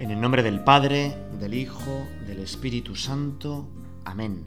En el nombre del Padre, del Hijo, del Espíritu Santo. Amén.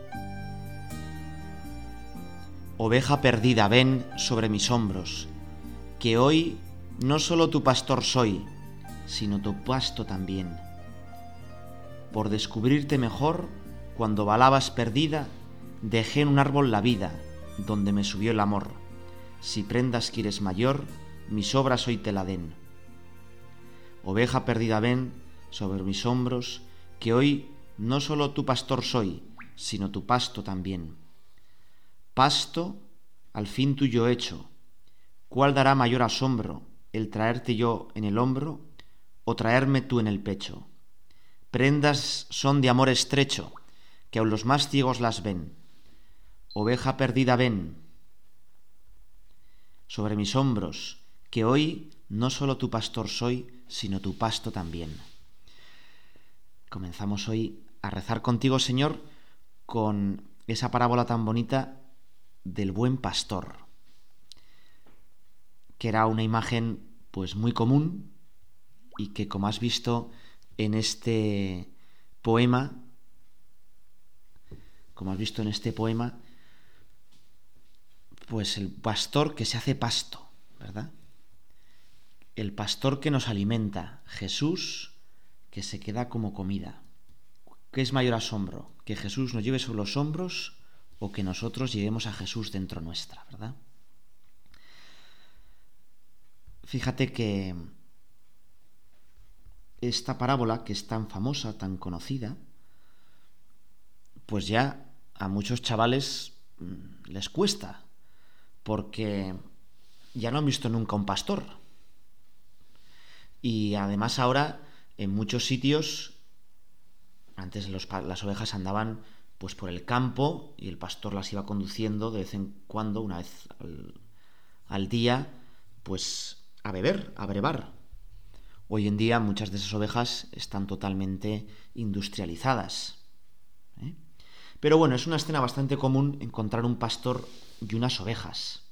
Oveja perdida, ven sobre mis hombros, que hoy no solo tu pastor soy, sino tu pasto también. Por descubrirte mejor, cuando balabas perdida, dejé en un árbol la vida, donde me subió el amor. Si prendas quieres mayor, mis obras hoy te la den. Oveja perdida, ven sobre mis hombros, que hoy no solo tu pastor soy, sino tu pasto también. Pasto, al fin tuyo hecho, ¿cuál dará mayor asombro, el traerte yo en el hombro o traerme tú en el pecho? Prendas son de amor estrecho, que aun los más ciegos las ven. Oveja perdida, ven sobre mis hombros, que hoy no solo tu pastor soy, sino tu pasto también. Comenzamos hoy a rezar contigo, Señor, con esa parábola tan bonita del buen pastor, que era una imagen pues muy común y que, como has visto en este poema, pues el pastor que se hace pasto, ¿verdad? El pastor que nos alimenta, Jesús, que se queda como comida. ¿Qué es mayor asombro? ¿Que Jesús nos lleve sobre los hombros o que nosotros llevemos a Jesús dentro nuestra, ¿verdad? Fíjate que esta parábola, que es tan famosa, tan conocida, pues ya a muchos chavales les cuesta, porque ya no han visto nunca un pastor. Y además ahora, en muchos sitios, antes las ovejas andaban pues por el campo y el pastor las iba conduciendo de vez en cuando, una vez al día, pues a beber, a brevar. Hoy en día muchas de esas ovejas están totalmente industrializadas, ¿eh? Pero bueno, es una escena bastante común encontrar un pastor y unas ovejas.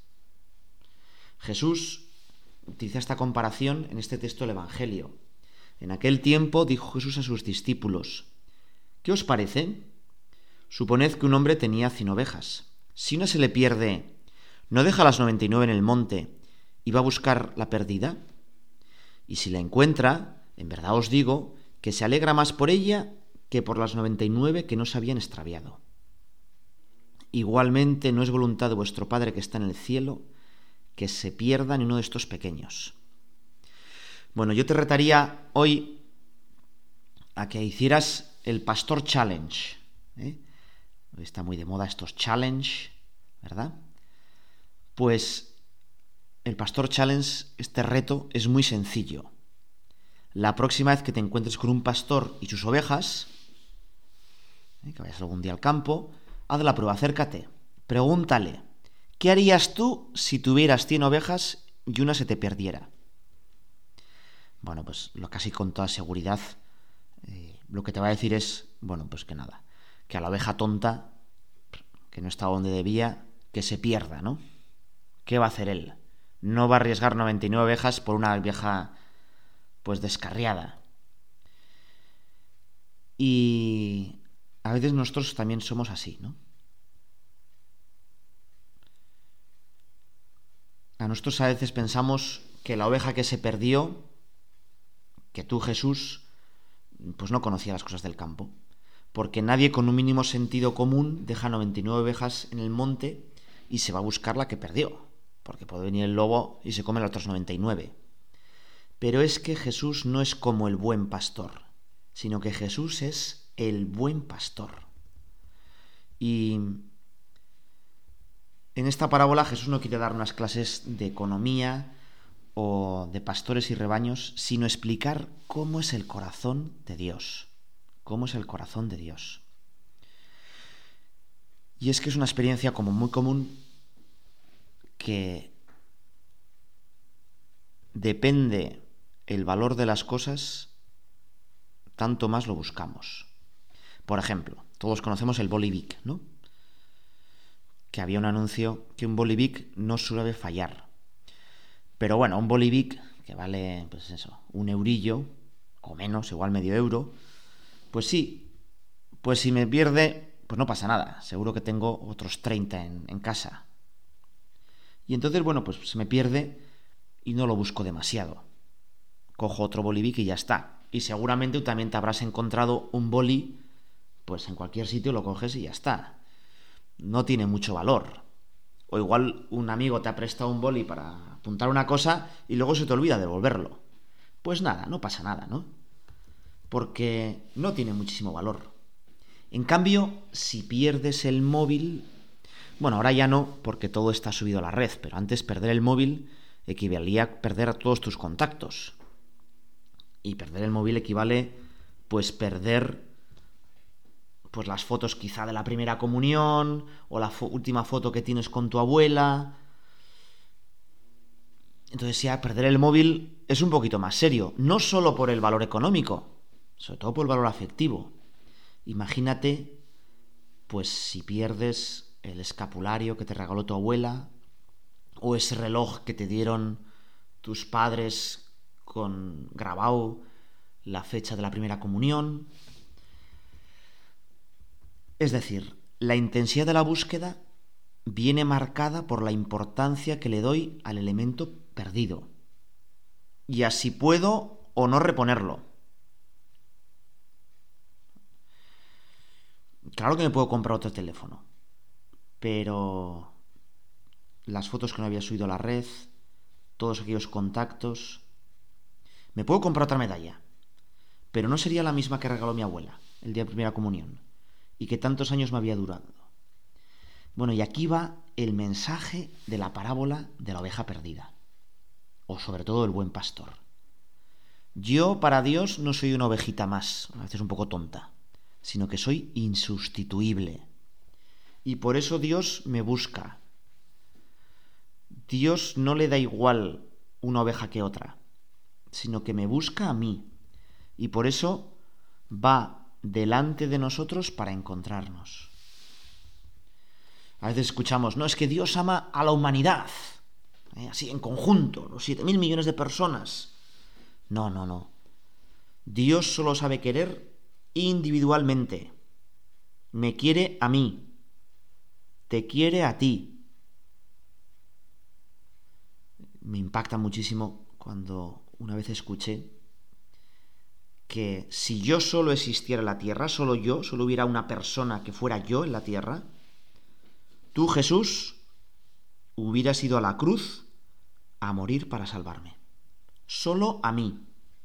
Jesús utiliza esta comparación en este texto del Evangelio. En aquel tiempo dijo Jesús a sus discípulos: ¿qué os parece? Suponed que un hombre tenía 100 ovejas. Si una se le pierde, ¿no deja las 99 en el monte y va a buscar la perdida? Y si la encuentra, en verdad os digo que se alegra más por ella que por las 99 que no se habían extraviado. Igualmente no es voluntad de vuestro Padre que está en el cielo que se pierda ni uno de estos pequeños. Bueno, yo te retaría hoy a que hicieras el Pastor Challenge, ¿eh? Hoy está muy de moda estos challenge, ¿verdad? Pues el Pastor Challenge, este reto, es muy sencillo. La próxima vez que te encuentres con un pastor y sus ovejas, que vayas algún día al campo, haz la prueba, acércate, pregúntale: ¿qué harías tú si tuvieras 100 ovejas y una se te perdiera? Bueno, pues casi con toda seguridad lo que te va a decir es, bueno, pues que nada, que a la oveja tonta, que no está donde debía, que se pierda, ¿no? ¿Qué va a hacer él? No va a arriesgar 99 ovejas por una vieja pues descarriada. Y a veces nosotros también somos así, ¿no? A nosotros a veces pensamos que la oveja que se perdió, que tú, Jesús, pues no conocía las cosas del campo, porque nadie con un mínimo sentido común deja 99 ovejas en el monte y se va a buscar la que perdió, porque puede venir el lobo y se come las otras 99. Pero es que Jesús no es como el buen pastor, sino que Jesús es el buen pastor. Y en esta parábola Jesús no quiere dar unas clases de economía o de pastores y rebaños, sino explicar cómo es el corazón de Dios. Cómo es el corazón de Dios. Y es que es una experiencia como muy común que depende el valor de las cosas, tanto más lo buscamos. Por ejemplo, todos conocemos el Bolivic, ¿no? Que había un anuncio que un Bolivic no suele fallar. Pero bueno, un Bolivic que vale, pues eso, un eurillo, o menos, igual medio euro, pues sí, pues si me pierde, pues no pasa nada, seguro que tengo otros 30 en casa. Y entonces, bueno, pues se me pierde y no lo busco demasiado. Cojo otro bolivic y ya está. Y seguramente tú también te habrás encontrado un boli, pues en cualquier sitio lo coges y ya está. No tiene mucho valor. O igual un amigo te ha prestado un boli para apuntar una cosa y luego se te olvida devolverlo. Pues nada, no pasa nada, ¿no? Porque no tiene muchísimo valor. En cambio, si pierdes el móvil, bueno, ahora ya no, porque todo está subido a la red, pero antes perder el móvil equivalía a perder a todos tus contactos. Y perder el móvil equivale, pues, perder pues las fotos quizá de la primera comunión o la última foto que tienes con tu abuela. Entonces ya perder el móvil es un poquito más serio, no solo por el valor económico, sobre todo por el valor afectivo. Imagínate, pues si pierdes el escapulario que te regaló tu abuela o ese reloj que te dieron tus padres con grabado la fecha de la primera comunión. Es decir, la intensidad de la búsqueda viene marcada por la importancia que le doy al elemento perdido. Y así puedo o no reponerlo. Claro que me puedo comprar otro teléfono, pero las fotos que no había subido a la red, todos aquellos contactos... Me puedo comprar otra medalla, pero no sería la misma que regaló mi abuela el día de primera comunión y que tantos años me había durado. Bueno, y aquí va el mensaje de la parábola de la oveja perdida, o sobre todo el buen pastor. Yo para Dios no soy una ovejita más, a veces un poco tonta, sino que soy insustituible. Y por eso Dios me busca. Dios no le da igual una oveja que otra, sino que me busca a mí. Y por eso va delante de nosotros para encontrarnos. A veces escuchamos, no, es que Dios ama a la humanidad, así en conjunto, los 7.000 millones de personas. No. Dios solo sabe querer individualmente. Me quiere a mí. Te quiere a ti. Me impacta muchísimo cuando una vez escuché que si yo solo existiera en la tierra, solo hubiera una persona que fuera yo en la tierra, tú, Jesús, hubieras ido a la cruz a morir para salvarme. Solo a mí.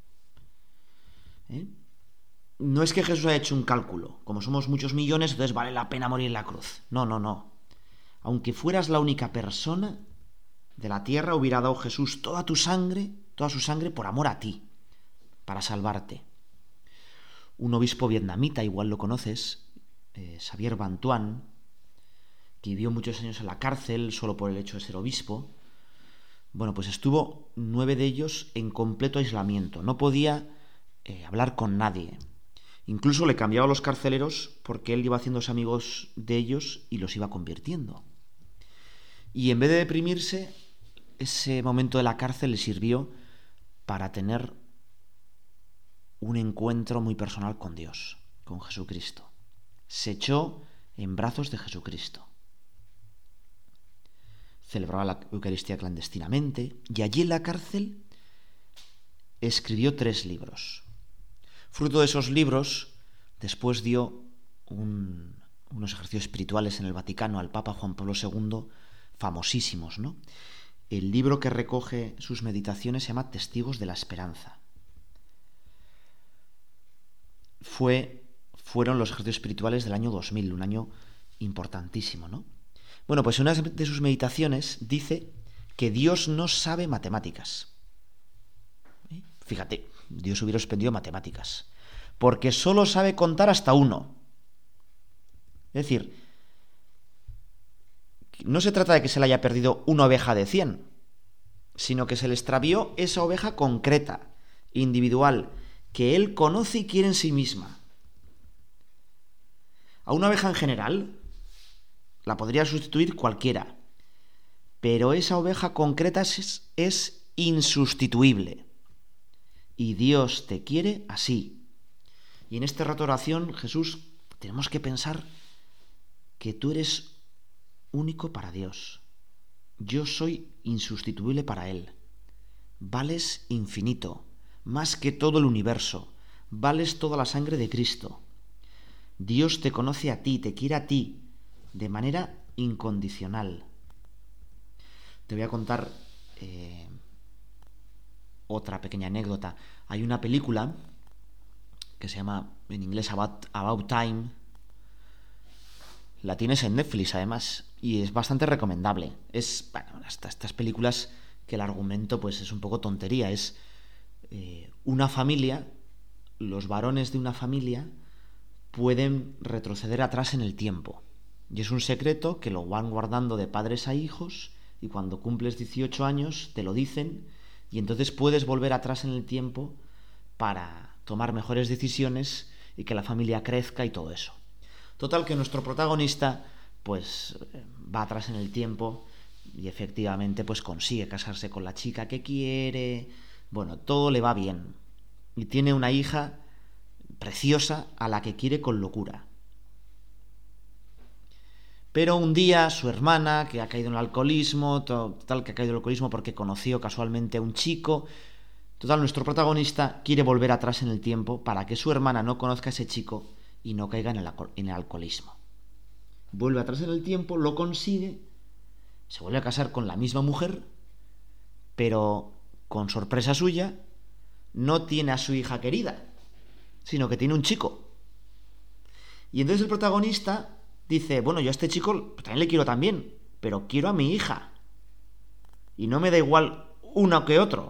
No es que Jesús haya hecho un cálculo. Como somos muchos millones, entonces vale la pena morir en la cruz. No. Aunque fueras la única persona de la tierra, hubiera dado Jesús toda su sangre por amor a ti, para salvarte. Un obispo vietnamita, igual lo conoces, Xavier Van Tuan, que vivió muchos años en la cárcel solo por el hecho de ser obispo. Bueno, pues estuvo 9 de ellos en completo aislamiento. No podía hablar con nadie. Incluso le cambiaba a los carceleros porque él iba haciéndose amigos de ellos y los iba convirtiendo. Y en vez de deprimirse, ese momento de la cárcel le sirvió para tener un encuentro muy personal con Dios, con Jesucristo. Se echó en brazos de Jesucristo. Celebraba la Eucaristía clandestinamente y allí en la cárcel escribió 3 libros. Fruto de esos libros, después dio unos ejercicios espirituales en el Vaticano al Papa Juan Pablo II, famosísimos, ¿no? El libro que recoge sus meditaciones se llama Testigos de la Esperanza. Fueron los ejercicios espirituales del año 2000, un año importantísimo, ¿no? Bueno, pues en una de sus meditaciones dice que Dios no sabe matemáticas. Fíjate, Dios hubiera suspendido matemáticas, porque solo sabe contar hasta 1. Es decir, no se trata de que se le haya perdido una oveja de 100, sino que se le extravió esa oveja concreta, individual, que él conoce y quiere en sí misma. A una oveja en general la podría sustituir cualquiera, pero esa oveja concreta es insustituible. y Dios te quiere así. Y en este rato de oración, Jesús, tenemos que pensar que tú eres único para Dios. Yo soy insustituible para Él. Vales infinito, más que todo el universo. Vales toda la sangre de Cristo. Dios te conoce a ti, te quiere a ti, de manera incondicional. Te voy a contar otra pequeña anécdota. Hay una película que se llama en inglés About Time. La tienes en Netflix además y es bastante recomendable. Es, bueno, estas películas que el argumento pues es un poco tontería. Es una familia, los varones de una familia pueden retroceder atrás en el tiempo. Y es un secreto que lo van guardando de padres a hijos y cuando cumples 18 años te lo dicen y entonces puedes volver atrás en el tiempo para tomar mejores decisiones y que la familia crezca y todo eso. Total que nuestro protagonista pues va atrás en el tiempo y efectivamente pues consigue casarse con la chica que quiere. Bueno, todo le va bien. Y tiene una hija preciosa a la que quiere con locura. Pero un día su hermana, que ha caído en el alcoholismo, total que ha caído en el alcoholismo porque conoció casualmente a un chico, total nuestro protagonista quiere volver atrás en el tiempo para que su hermana no conozca a ese chico y no caiga en el alcoholismo. Vuelve atrás en el tiempo, lo consigue, se vuelve a casar con la misma mujer, pero con sorpresa suya, no tiene a su hija querida, sino que tiene un chico. Y entonces el protagonista dice, bueno, yo a este chico también le quiero también, pero quiero a mi hija. Y no me da igual uno que otro.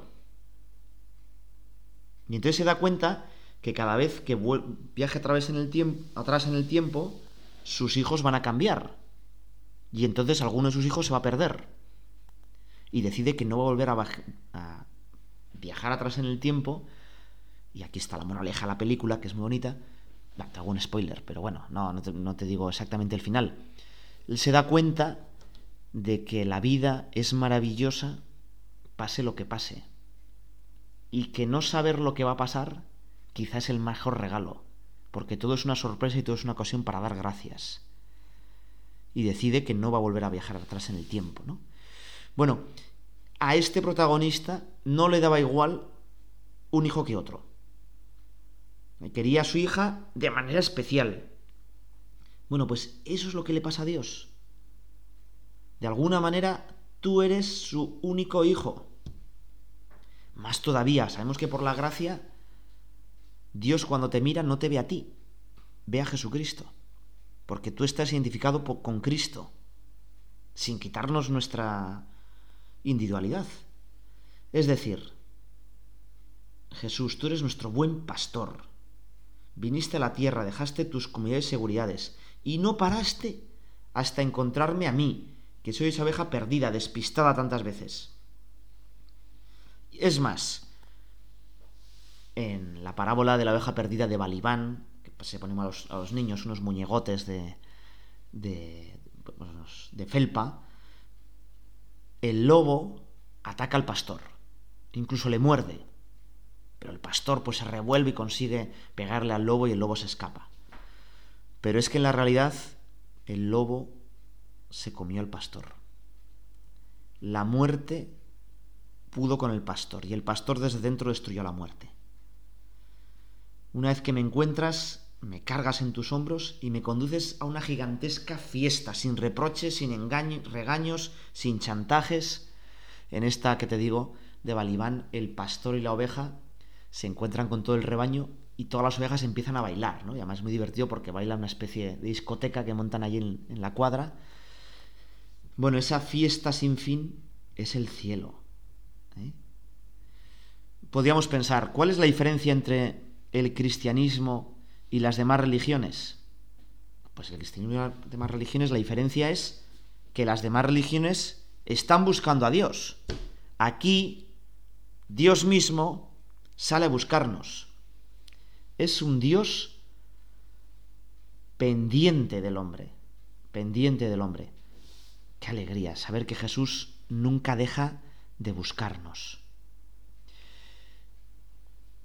Y entonces se da cuenta que cada vez que viaje atrás en el tiempo, sus hijos van a cambiar. Y entonces alguno de sus hijos se va a perder. Y decide que no va a volver a viajar atrás en el tiempo. Y aquí está la moraleja de la película, que es muy bonita. Te hago un spoiler, pero bueno, no te digo exactamente el final. Él se da cuenta de que la vida es maravillosa, pase lo que pase. Y que no saber lo que va a pasar quizás es el mejor regalo, porque todo es una sorpresa y todo es una ocasión para dar gracias. Y decide que no va a volver a viajar atrás en el tiempo, ¿no? Bueno, a este protagonista no le daba igual un hijo que otro. Quería a su hija de manera especial. Bueno, pues eso es lo que le pasa a Dios. De alguna manera, tú eres su único hijo. Más todavía, sabemos que por la gracia, Dios cuando te mira no te ve a ti, ve a Jesucristo. Porque tú estás identificado con Cristo, sin quitarnos nuestra individualidad. Es decir, Jesús, tú eres nuestro buen pastor. Viniste a la tierra, dejaste tus comodidades y seguridades, y no paraste hasta encontrarme a mí, que soy esa oveja perdida, despistada tantas veces. Es más, en la parábola de la oveja perdida de Balibán, que se ponemos a los niños unos muñegotes de felpa, el lobo ataca al pastor, incluso le muerde. Pero el pastor pues se revuelve y consigue pegarle al lobo y el lobo se escapa. Pero es que en la realidad el lobo se comió al pastor. La muerte pudo con el pastor y el pastor desde dentro destruyó la muerte. Una vez que me encuentras, me cargas en tus hombros y me conduces a una gigantesca fiesta, sin reproches, sin regaños, sin chantajes. En esta que te digo de Balibán, el pastor y la oveja se encuentran con todo el rebaño y todas las ovejas empiezan a bailar, ¿no? Y además es muy divertido porque bailan una especie de discoteca que montan allí en la cuadra. Bueno, esa fiesta sin fin es el cielo, ¿eh? Podríamos pensar, ¿cuál es la diferencia entre el cristianismo y las demás religiones? Pues el cristianismo y las demás religiones, la diferencia es que las demás religiones están buscando a Dios. Aquí, Dios mismo sale a buscarnos. Es un Dios pendiente del hombre. Pendiente del hombre. Qué alegría saber que Jesús nunca deja de buscarnos.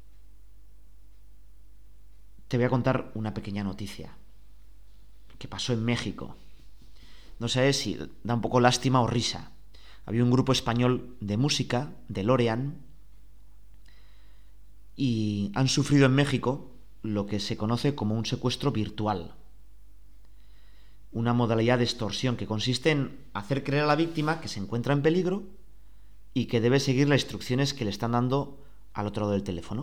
te voy a contar una pequeña noticia que pasó en México. No sé si da un poco lástima o risa. Había un grupo español de música, DeLorean, y han sufrido en México lo que se conoce como un secuestro virtual. Una modalidad de extorsión que consiste en hacer creer a la víctima que se encuentra en peligro y que debe seguir las instrucciones que le están dando al otro lado del teléfono.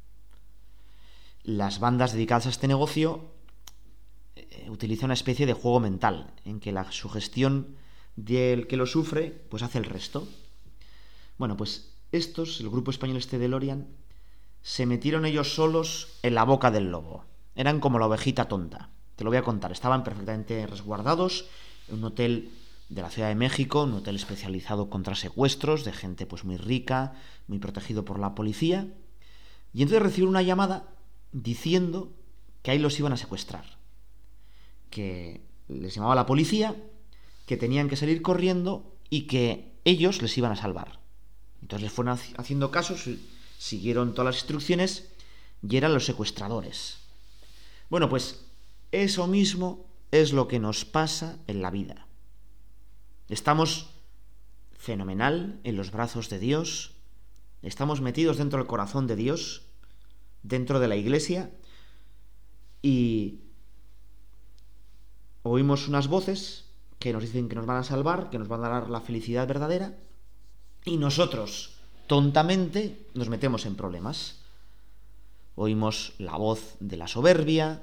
Las bandas dedicadas a este negocio utilizan una especie de juego mental en que la sugestión del que lo sufre pues hace el resto. Bueno, pues estos, el grupo español este DeLorean, se metieron ellos solos en la boca del lobo. Eran como la ovejita tonta. Te lo voy a contar. Estaban perfectamente resguardados en un hotel de la Ciudad de México, un hotel especializado contra secuestros de gente pues muy rica, muy protegido por la policía. Y entonces recibieron una llamada diciendo que ahí los iban a secuestrar, que les llamaba la policía, que tenían que salir corriendo y que ellos les iban a salvar. Entonces les fueron haciendo caso, siguieron todas las instrucciones y eran los secuestradores. Bueno, pues eso mismo es lo que nos pasa en la vida. Estamos fenomenal en los brazos de Dios, estamos metidos dentro del corazón de Dios, dentro de la iglesia, y oímos unas voces que nos dicen que nos van a salvar, que nos van a dar la felicidad verdadera, y nosotros, tontamente, nos metemos en problemas. Oímos la voz de la soberbia,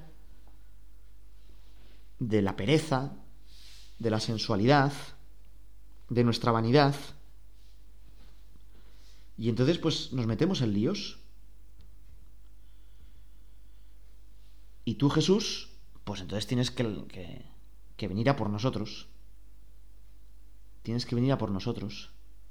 de la pereza, de la sensualidad, de nuestra vanidad, y entonces pues nos metemos en líos. Y tú, Jesús, pues entonces tienes que venir a por nosotros. Tienes que venir a por nosotros.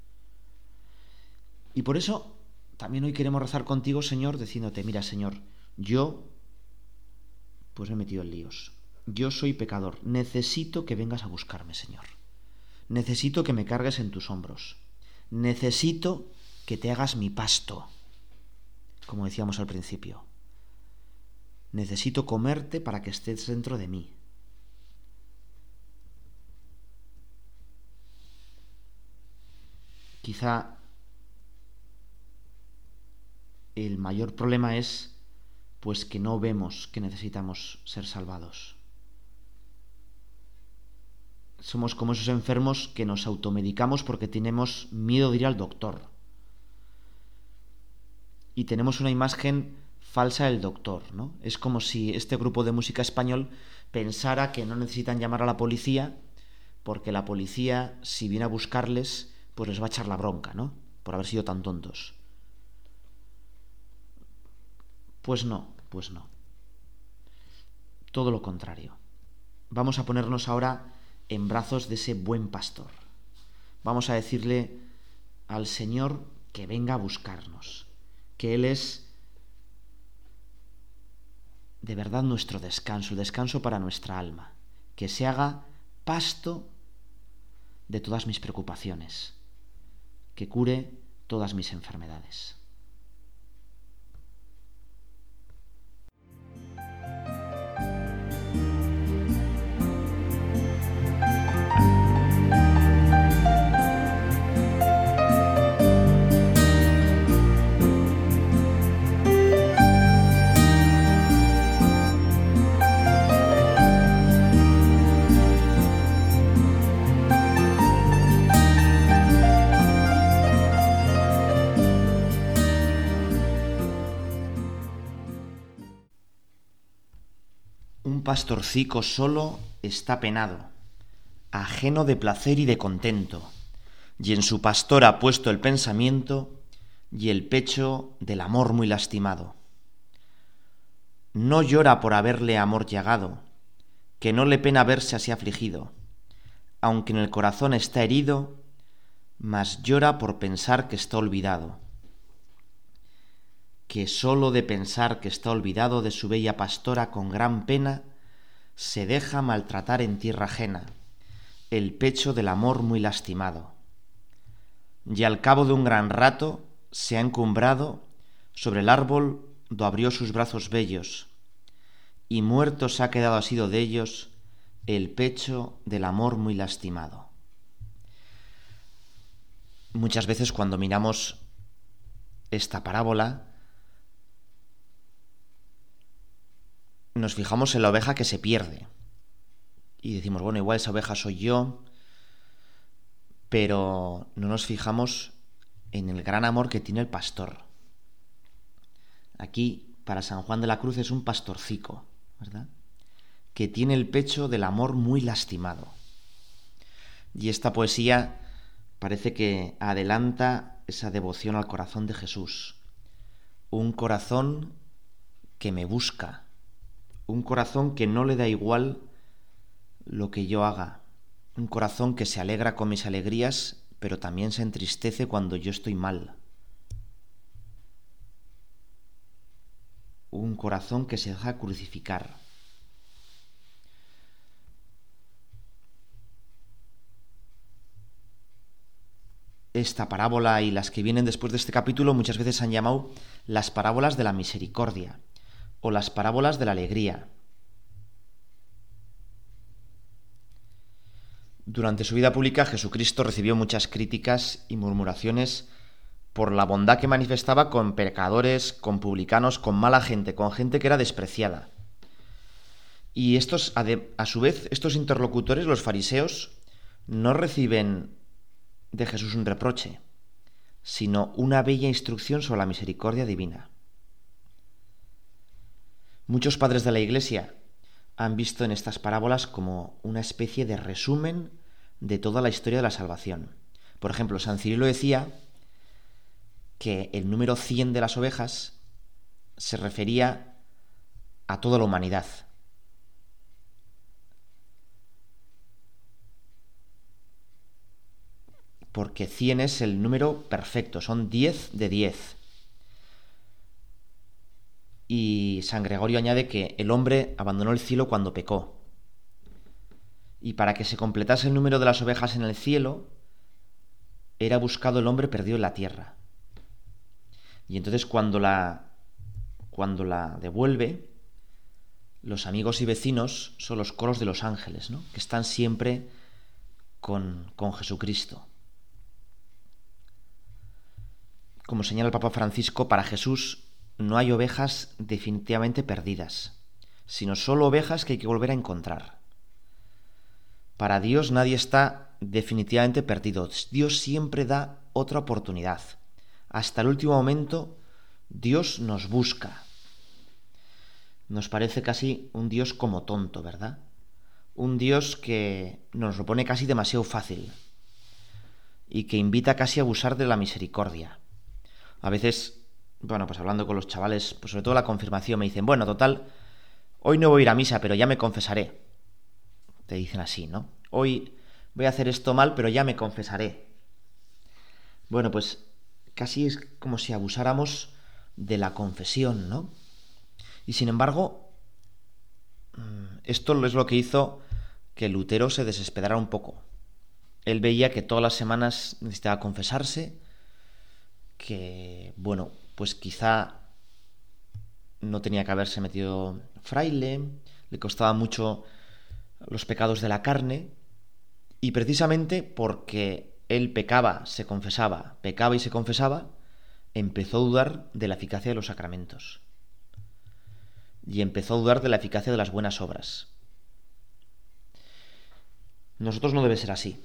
Y por eso también hoy queremos rezar contigo, Señor, diciéndote, mira, Señor, yo pues me he metido en líos. Yo soy pecador. Necesito que vengas a buscarme, Señor. Necesito que me cargues en tus hombros. Necesito que te hagas mi pasto, como decíamos al principio. Necesito comerte para que estés dentro de mí. Quizá el mayor problema es pues que no vemos que necesitamos ser salvados. Somos como esos enfermos que nos automedicamos porque tenemos miedo de ir al doctor. Y tenemos una imagen falsa del doctor, ¿no? Es como si este grupo de música español pensara que no necesitan llamar a la policía porque la policía, si viene a buscarles, pues les va a echar la bronca, ¿no? Por haber sido tan tontos. Pues no. Todo lo contrario. Vamos a ponernos ahora en brazos de ese buen pastor. Vamos a decirle al Señor que venga a buscarnos, que Él es de verdad nuestro descanso, el descanso para nuestra alma, que se haga pasto de todas mis preocupaciones, que cure todas mis enfermedades. Un pastorcico solo está penado, ajeno de placer y de contento, y en su pastor ha puesto el pensamiento y el pecho del amor muy lastimado. No llora por haberle amor llegado, que no le pena verse así afligido, aunque en el corazón está herido, mas llora por pensar que está olvidado, que sólo de pensar que está olvidado de su bella pastora con gran pena, se deja maltratar en tierra ajena, el pecho del amor muy lastimado. Y al cabo de un gran rato se ha encumbrado sobre el árbol do abrió sus brazos bellos, y muertos ha quedado asido de ellos el pecho del amor muy lastimado. Muchas veces cuando miramos esta parábola, nos fijamos en la oveja que se pierde. Y decimos, bueno, igual esa oveja soy yo, pero no nos fijamos en el gran amor que tiene el pastor. Aquí, para San Juan de la Cruz, es un pastorcico, ¿verdad?, que tiene el pecho del amor muy lastimado. Y esta poesía parece que adelanta esa devoción al corazón de Jesús. Un corazón que me busca, un corazón que no le da igual lo que yo haga, un corazón que se alegra con mis alegrías, pero también se entristece cuando yo estoy mal. Un corazón que se deja crucificar. Esta parábola y las que vienen después de este capítulo muchas veces se han llamado las parábolas de la misericordia o las parábolas de la alegría. Durante su vida pública, Jesucristo recibió muchas críticas y murmuraciones por la bondad que manifestaba con pecadores, con publicanos, con mala gente, con gente que era despreciada. Y estos, a su vez, estos interlocutores, los fariseos, no reciben de Jesús un reproche, sino una bella instrucción sobre la misericordia divina. Muchos padres de la Iglesia han visto en estas parábolas como una especie de resumen de toda la historia de la salvación. Por ejemplo, San Cirilo decía que el número 100 de las ovejas se refería a toda la humanidad. Porque 100 es el número perfecto, son 10 de 10. Y San Gregorio añade que el hombre abandonó el cielo cuando pecó. Y para que se completase el número de las ovejas en el cielo, era buscado el hombre perdido en la tierra. Y entonces cuando la devuelve, los amigos y vecinos son los coros de los ángeles, ¿no?, que están siempre con Jesucristo. Como señala el Papa Francisco, para Jesús no hay ovejas definitivamente perdidas, sino solo ovejas que hay que volver a encontrar. Para Dios nadie está definitivamente perdido. Dios siempre da otra oportunidad. Hasta el último momento, Dios nos busca. Nos parece casi un Dios como tonto, ¿verdad? Un Dios que nos lo pone casi demasiado fácil y que invita casi a abusar de la misericordia. A veces, bueno, pues hablando con los chavales, pues sobre todo la confirmación, me dicen, bueno, total, hoy no voy a ir a misa, pero ya me confesaré. Te dicen así, ¿no? Hoy voy a hacer esto mal, pero ya me confesaré. Bueno, pues casi es como si abusáramos de la confesión, ¿no? Y sin embargo, esto es lo que hizo que Lutero se desesperara un poco. Él veía que todas las semanas necesitaba confesarse, que, bueno, pues quizá no tenía que haberse metido fraile, le costaba mucho los pecados de la carne, y precisamente porque él pecaba, se confesaba, pecaba y se confesaba, empezó a dudar de la eficacia de los sacramentos. Y empezó a dudar de la eficacia de las buenas obras. Nosotros no debe ser así.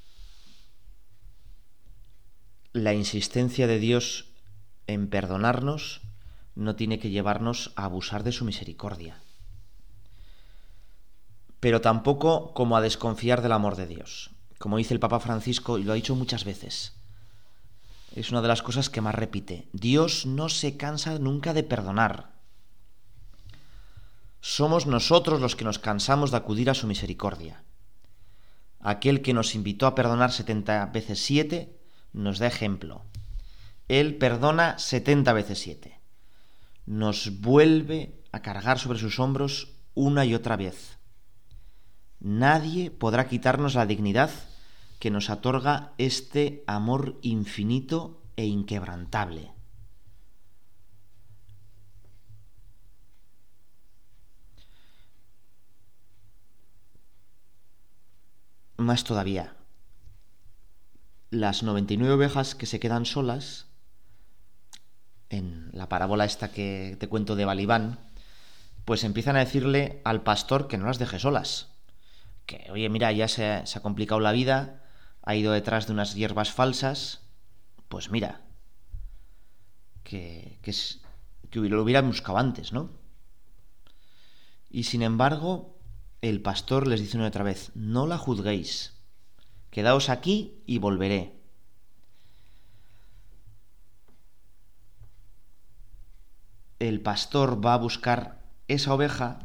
La insistencia de Dios en perdonarnos no tiene que llevarnos a abusar de su misericordia, pero tampoco como a desconfiar del amor de Dios. Como dice el Papa Francisco, y lo ha dicho muchas veces, es una de las cosas que más repite: Dios no se cansa nunca de perdonar. Somos nosotros los que nos cansamos de acudir a su misericordia. Aquel que nos invitó a perdonar 70 veces 7 nos da ejemplo. Él perdona 70 veces 7. Nos vuelve a cargar sobre sus hombros una y otra vez. Nadie podrá quitarnos la dignidad que nos otorga este amor infinito e inquebrantable. más todavía. Las 99 ovejas que se quedan solas, en la parábola esta que te cuento de Balibán, pues empiezan a decirle al pastor que no las deje solas. Que, oye, mira, ya se ha complicado la vida, ha ido detrás de unas hierbas falsas, pues mira, que lo hubieran buscado antes, ¿no? Y sin embargo, el pastor les dice una y otra vez, no la juzguéis, quedaos aquí y volveré. El pastor va a buscar esa oveja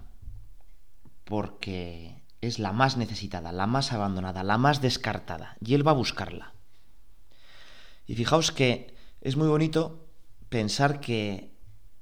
porque es la más necesitada, la más abandonada, la más descartada, y él va a buscarla. Y fijaos que es muy bonito pensar que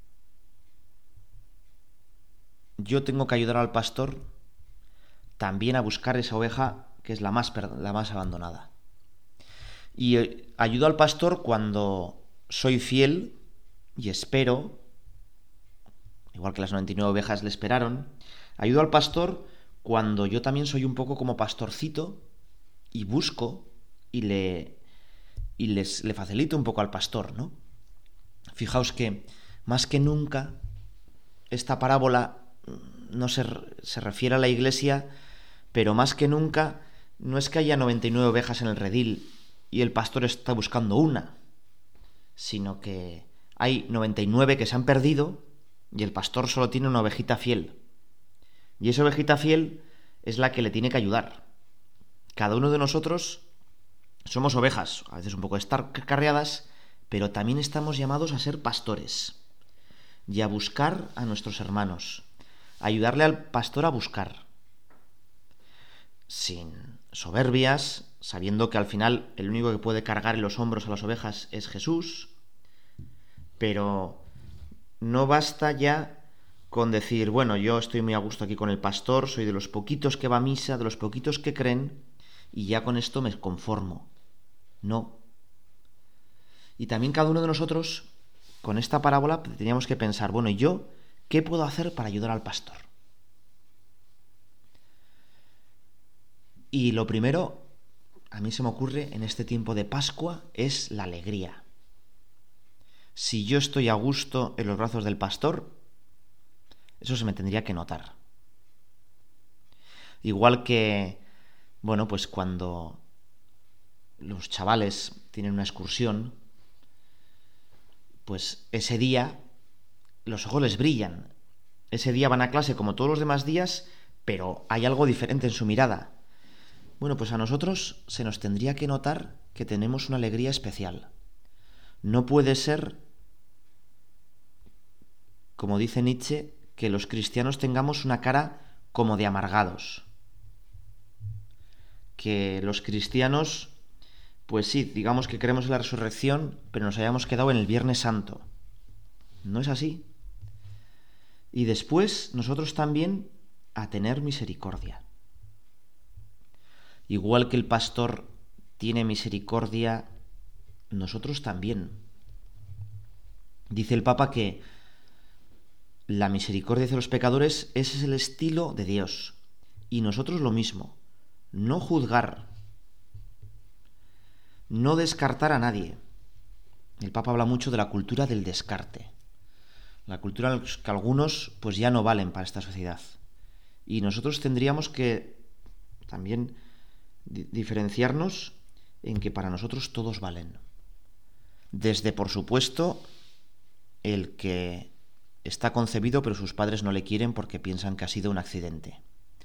yo tengo que ayudar al pastor también a buscar esa oveja que es la más abandonada. Y ayudo al pastor cuando soy fiel y espero, igual que las 99 ovejas le esperaron. Ayudo al pastor cuando yo también soy un poco como pastorcito y busco y le facilito un poco al pastor, ¿no? Fijaos que más que nunca esta parábola no se refiere a la iglesia, pero más que nunca no es que haya 99 ovejas en el redil y el pastor está buscando una, sino que hay 99 que se han perdido y el pastor solo tiene una ovejita fiel. Y esa ovejita fiel es la que le tiene que ayudar. Cada uno de nosotros somos ovejas, a veces un poco descarriadas, pero también estamos llamados a ser pastores y a buscar a nuestros hermanos, a ayudarle al pastor a buscar, sin soberbias, sabiendo que al final el único que puede cargar en los hombros a las ovejas es Jesús, pero no basta ya con decir, bueno, yo estoy muy a gusto aquí con el pastor, soy de los poquitos que va a misa, de los poquitos que creen, y ya con esto me conformo. No. Y también cada uno de nosotros, con esta parábola, teníamos que pensar, bueno, ¿y yo qué puedo hacer para ayudar al pastor? Y lo primero, a mí se me ocurre en este tiempo de Pascua, es la alegría. Si yo estoy a gusto en los brazos del pastor, eso se me tendría que notar. Igual que, bueno, pues cuando los chavales tienen una excursión, pues ese día los ojos les brillan. Ese día van a clase como todos los demás días, pero hay algo diferente en su mirada. Bueno, pues a nosotros se nos tendría que notar que tenemos una alegría especial. No puede ser, como dice Nietzsche, que los cristianos tengamos una cara como de amargados. Que los cristianos, pues sí, digamos que creemos en la resurrección, pero nos hayamos quedado en el Viernes Santo. No es así. Y después nosotros también a tener misericordia. Igual que el pastor tiene misericordia, nosotros también. Dice el Papa que la misericordia hacia los pecadores, ese es el estilo de Dios. Y nosotros lo mismo. No juzgar. No descartar a nadie. El Papa habla mucho de la cultura del descarte. La cultura en la que algunos pues ya no valen para esta sociedad. Y nosotros tendríamos que también diferenciarnos en que para nosotros todos valen. Desde, por supuesto, el que está concebido pero sus padres no le quieren porque piensan que ha sido un accidente.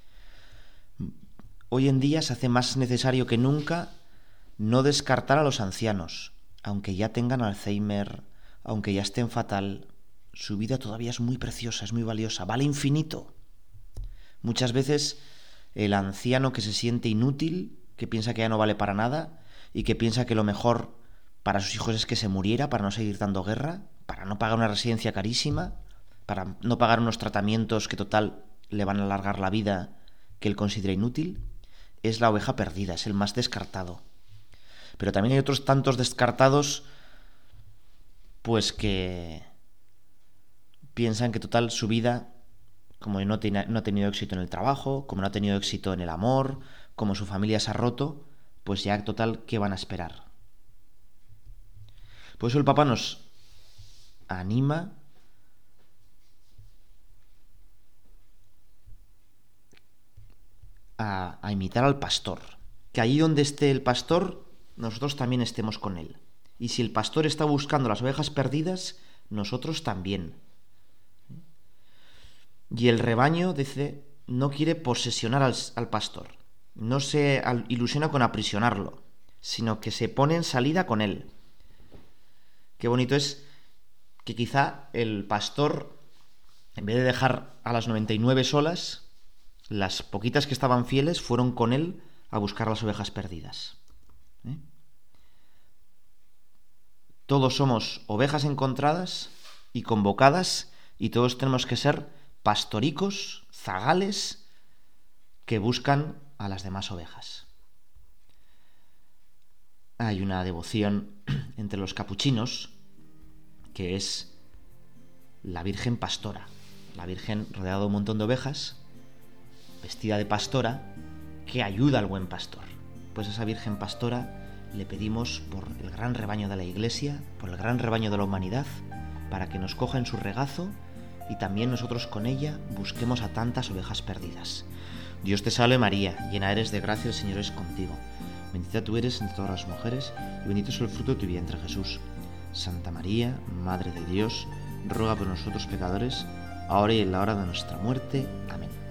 Hoy en día se hace más necesario que nunca no descartar a los ancianos, aunque ya tengan Alzheimer, aunque ya estén fatal, su vida todavía es muy preciosa, es muy valiosa, vale infinito. Muchas veces el anciano que se siente inútil, que piensa que ya no vale para nada y que piensa que lo mejor para sus hijos es que se muriera para no seguir dando guerra, para no pagar una residencia carísima, para no pagar unos tratamientos que total le van a alargar la vida que él considera inútil, es la oveja perdida, es el más descartado. Pero también hay otros tantos descartados pues que piensan que total su vida como no ha tenido éxito en el trabajo, como no ha tenido éxito en el amor, como su familia se ha roto, pues ya total, ¿qué van a esperar? Por eso el Papa nos anima a imitar al pastor. Que allí donde esté el pastor, nosotros también estemos con él. Y si el pastor está buscando las ovejas perdidas, nosotros también. Y el rebaño, dice, no quiere posesionar al pastor. No se ilusiona con aprisionarlo, sino que se pone en salida con él. Qué bonito es que quizá el pastor, en vez de dejar a las 99 solas, las poquitas que estaban fieles fueron con él a buscar las ovejas perdidas. Todos somos ovejas encontradas y convocadas, y todos tenemos que ser pastoricos, zagales, que buscan a las demás ovejas. Hay una devoción entre los capuchinos que es la Virgen Pastora. La Virgen rodeada de un montón de ovejas, vestida de pastora, que ayuda al buen pastor. Pues a esa Virgen Pastora le pedimos por el gran rebaño de la Iglesia, por el gran rebaño de la humanidad, para que nos coja en su regazo y también nosotros con ella busquemos a tantas ovejas perdidas. Dios te salve María, llena eres de gracia, el Señor es contigo. Bendita tú eres entre todas las mujeres y bendito es el fruto de tu vientre, Jesús. Santa María, Madre de Dios, ruega por nosotros pecadores, ahora y en la hora de nuestra muerte. Amén.